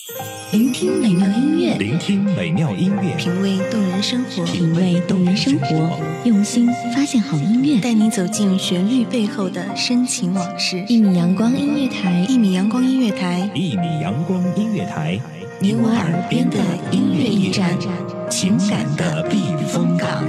聆听美妙音乐， 聆听美妙音乐， 品味动人生活， 品味动人生活，用心发现好音乐， 带你走进旋律背后的深情往事。 一米阳光音乐台， 一米阳光音乐台， 一米阳光音乐台， 你我耳边的音乐驿站，情感的避风港。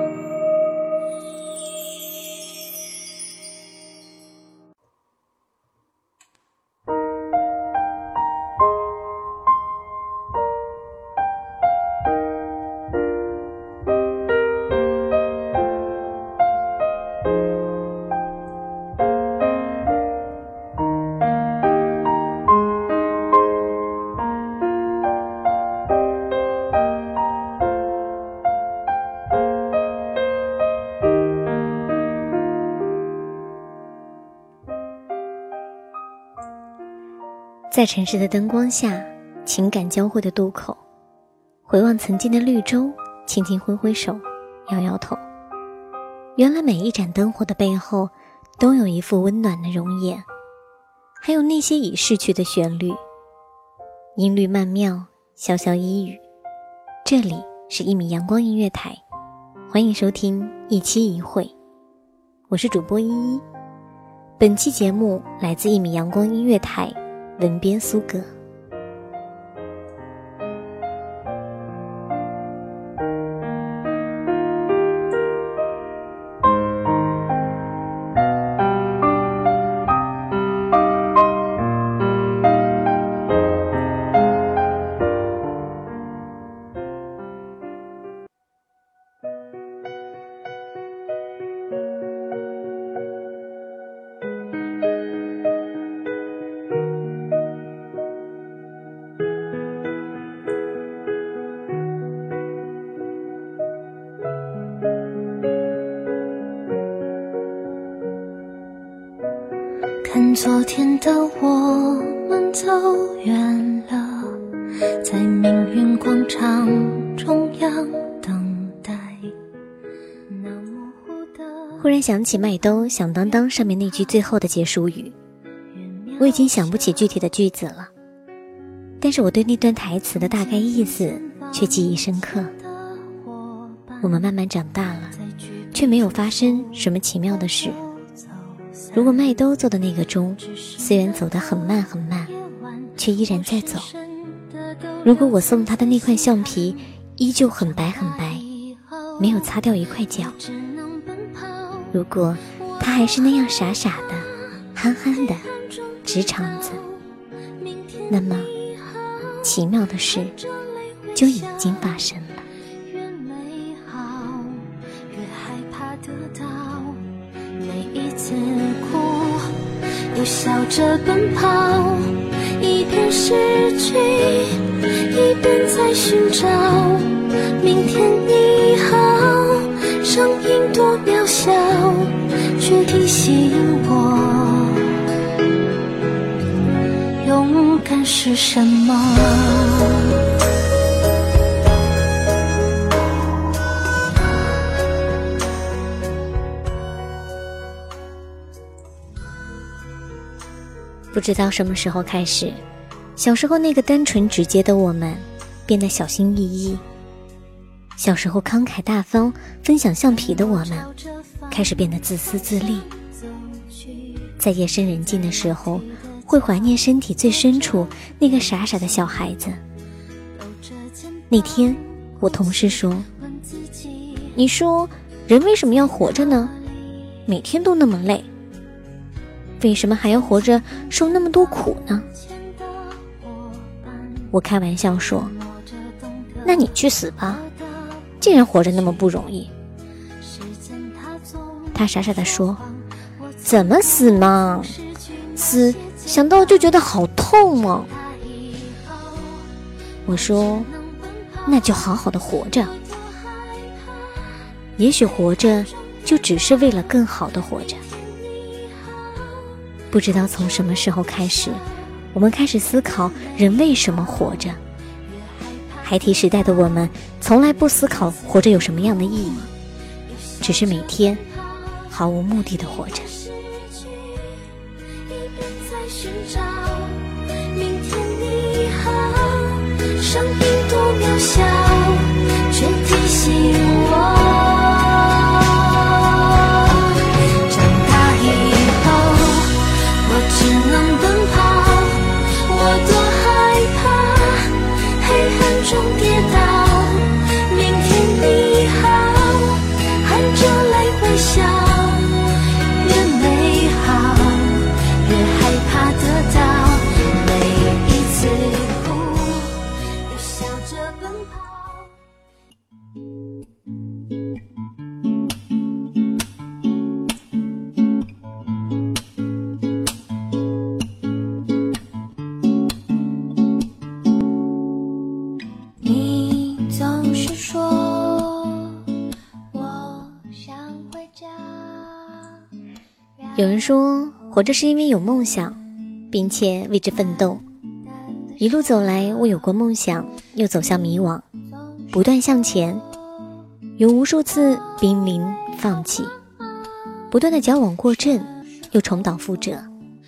在城市的灯光下，情感交汇的渡口，回望曾经的绿洲，轻轻挥挥手，摇摇头。原来每一盏灯火的背后，都有一副温暖的容颜，还有那些已逝去的旋律。音律曼妙，潇潇依语。这里是一米阳光音乐台，欢迎收听一期一会，我是主播依依。本期节目来自一米阳光音乐台，文编苏格。 看昨天的我们走远了，在命运广场中央等待。 忽然想起麦兜响当当上面那句最后的结束语，我已经想不起具体的句子了，但是我对那段台词的大概意思却记忆深刻。我们慢慢长大了，却没有发生什么奇妙的事。如果麦兜做的那个钟虽然走得很慢很慢，却依然在走。如果我送他的那块橡皮依旧很白很白，没有擦掉一块角。如果他还是那样傻傻的憨憨的直肠子，那么奇妙的事就已经发生了。 越美好越害怕得到，每一次哭又笑着奔跑，一边失去一边在寻找明天你好，声音多渺小，却提醒我勇敢是什么。 不知道什么时候开始，小时候那个单纯直接的我们变得小心翼翼，小时候慷慨大方分享橡皮的我们开始变得自私自利。在夜深人静的时候，会怀念身体最深处那个傻傻的小孩子。那天我同事说，你说人为什么要活着呢？每天都那么累，为什么还要活着受那么多苦呢？我开玩笑说，那你去死吧，既然活着那么不容易。他傻傻地说，怎么死嘛？死想到就觉得好痛啊。我说，那就好好的活着。也许活着就只是为了更好的活着。不知道从什么时候开始，我们开始思考人为什么活着。孩提时代的我们从来不思考活着有什么样的意义，只是每天毫无目的的活着。 寻找明天你好， 声音多渺小，却提醒我，长大以后我只能奔跑，我多害怕黑暗中跌倒，明天你好，含着泪微笑，越美好越害怕得到，每一次哭又笑着奔跑。你总是说我想回家。 有人说，活着是因为有梦想，并且为之奋斗。一路走来，我有过梦想，又走向迷惘，不断向前，有无数次濒临放弃，不断的矫枉过正，又重蹈覆辙。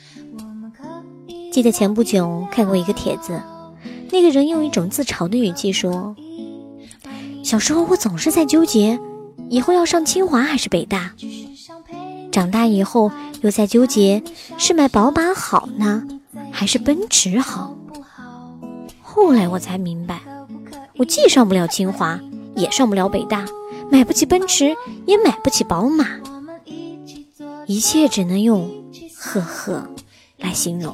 记得前不久看过一个帖子，那个人用一种自嘲的语气说，小时候我总是在纠结以后要上清华还是北大，长大以后又在纠结是买宝马好呢还是奔驰好。后来我才明白，我既上不了清华也上不了北大，买不起奔驰也买不起宝马，一切只能用呵呵来形容。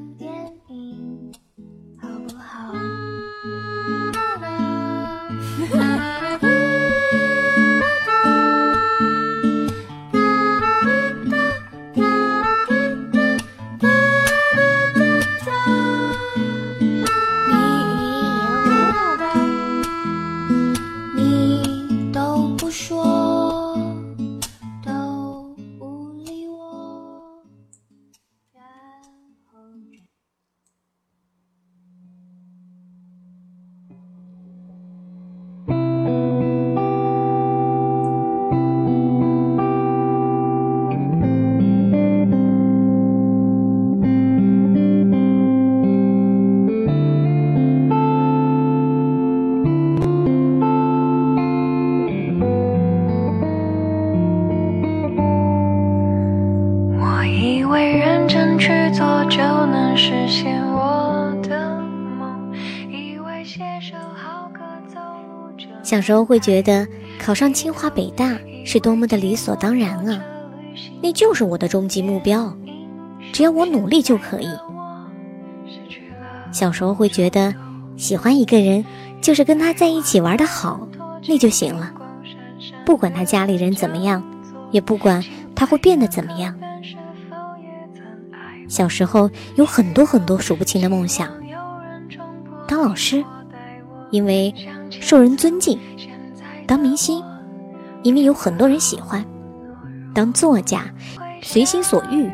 小时候会觉得考上清华北大是多么的理所当然啊，那就是我的终极目标，只要我努力就可以。小时候会觉得喜欢一个人就是跟他在一起玩得好，那就行了，不管他家里人怎么样，也不管他会变得怎么样。小时候有很多很多数不清的梦想，当老师，因为受人尊敬；当明星，因为有很多人喜欢；当作家，随心所欲。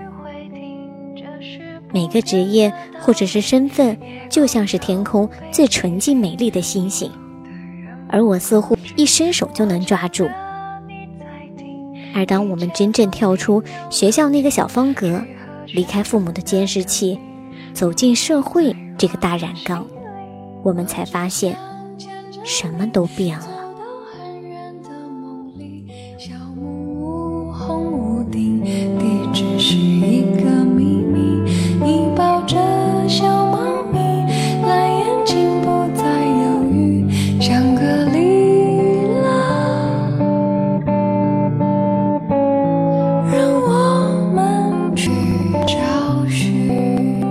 每个职业或者是身份，就像是天空最纯净美丽的星星，而我似乎一伸手就能抓住。而当我们真正跳出学校那个小方格，离开父母的监视器，走进社会这个大染缸，我们才发现什么都变了。 小木屋红屋顶，地址是一个秘密，你抱着小猫咪，蓝眼睛不再犹豫，香格里拉，让我们去找寻。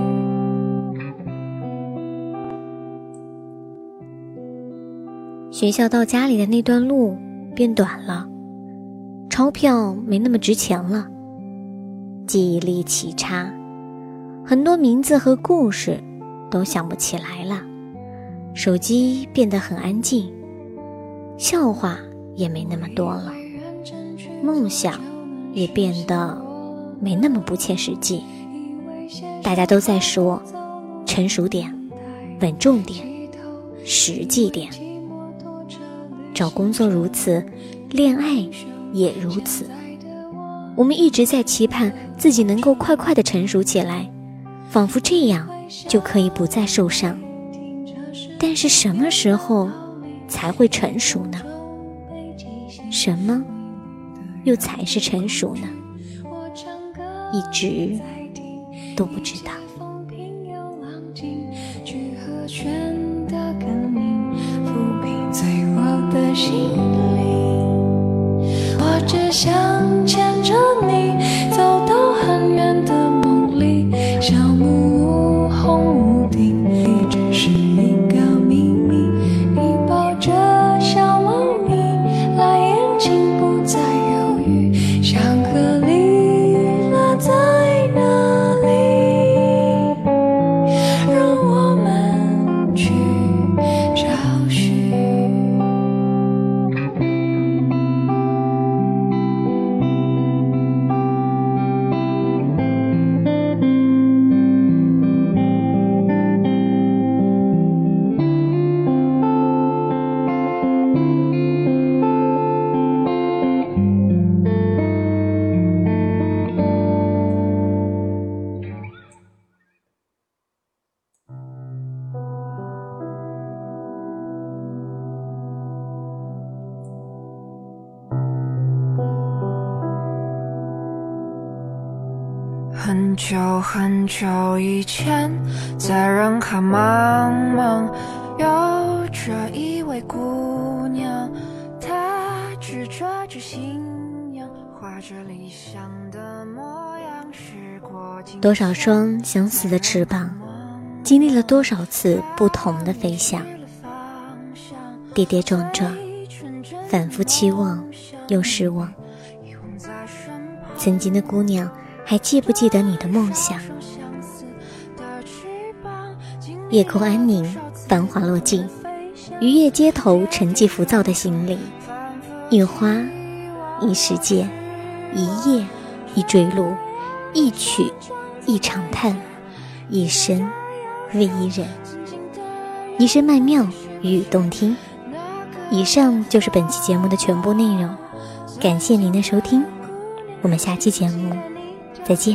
学校到家里的那段路变短了，钞票没那么值钱了，记忆力奇差，很多名字和故事都想不起来了，手机变得很安静，笑话也没那么多了，梦想也变得没那么不切实际。大家都在说成熟点，稳重点，实际点。找工作如此，恋爱也如此。我们一直在期盼自己能够快快地成熟起来，仿佛这样就可以不再受伤。 但是什么时候才会成熟呢？什么又才是成熟呢？一直都不知道。 我只想牵着你走到很远的梦里，小木屋红屋顶，你只是一个秘密。你抱着小猫咪，来眼睛不再犹豫，想和你落在哪里，让我们去找寻。 很久很久以前，在人海茫茫，有着一位姑娘，她指着信仰，画着理想的模样。时过境迁， 多少双相似的翅膀，经历了多少次不同的飞翔，跌跌撞撞，反复期望又失望。曾经的姑娘，还记不记得你的梦想？夜空安宁，繁华落尽，渔业街头沉寂浮躁的心里，一花一世界，一夜一坠落，一曲一长叹，一生为一人。一生曼妙，语语动听。以上就是本期节目的全部内容，感谢您的收听，我们下期节目再见。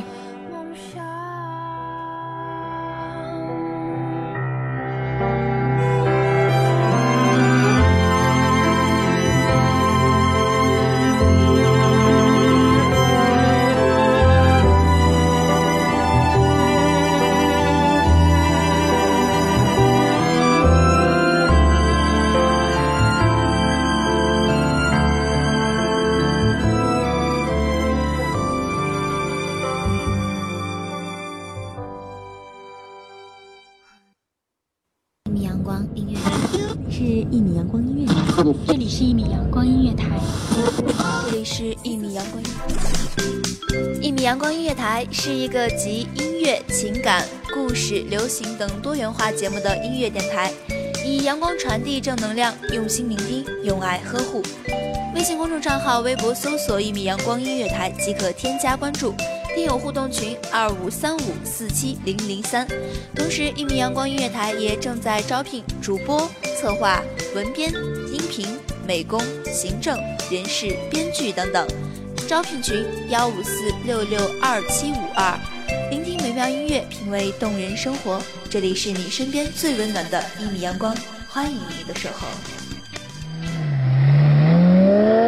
是1米阳光音乐台，这里是1米阳光音乐台， 这里是1米阳光音乐台。1米阳光音乐台是一个集音乐、情感、故事、流行等多元化节目的音乐电台，以阳光传递正能量，用心聆听，用爱呵护。微信公众账号、微博搜索1米阳光音乐台即可添加关注。听友互动群2535470003。同时1米阳光音乐台也正在招聘主播、策划、文编、音频、美工、行政、人事、编剧等等。招聘群154662752。聆听美妙音乐，品味动人生活，这里是你身边最温暖的1米阳光，欢迎你的守候。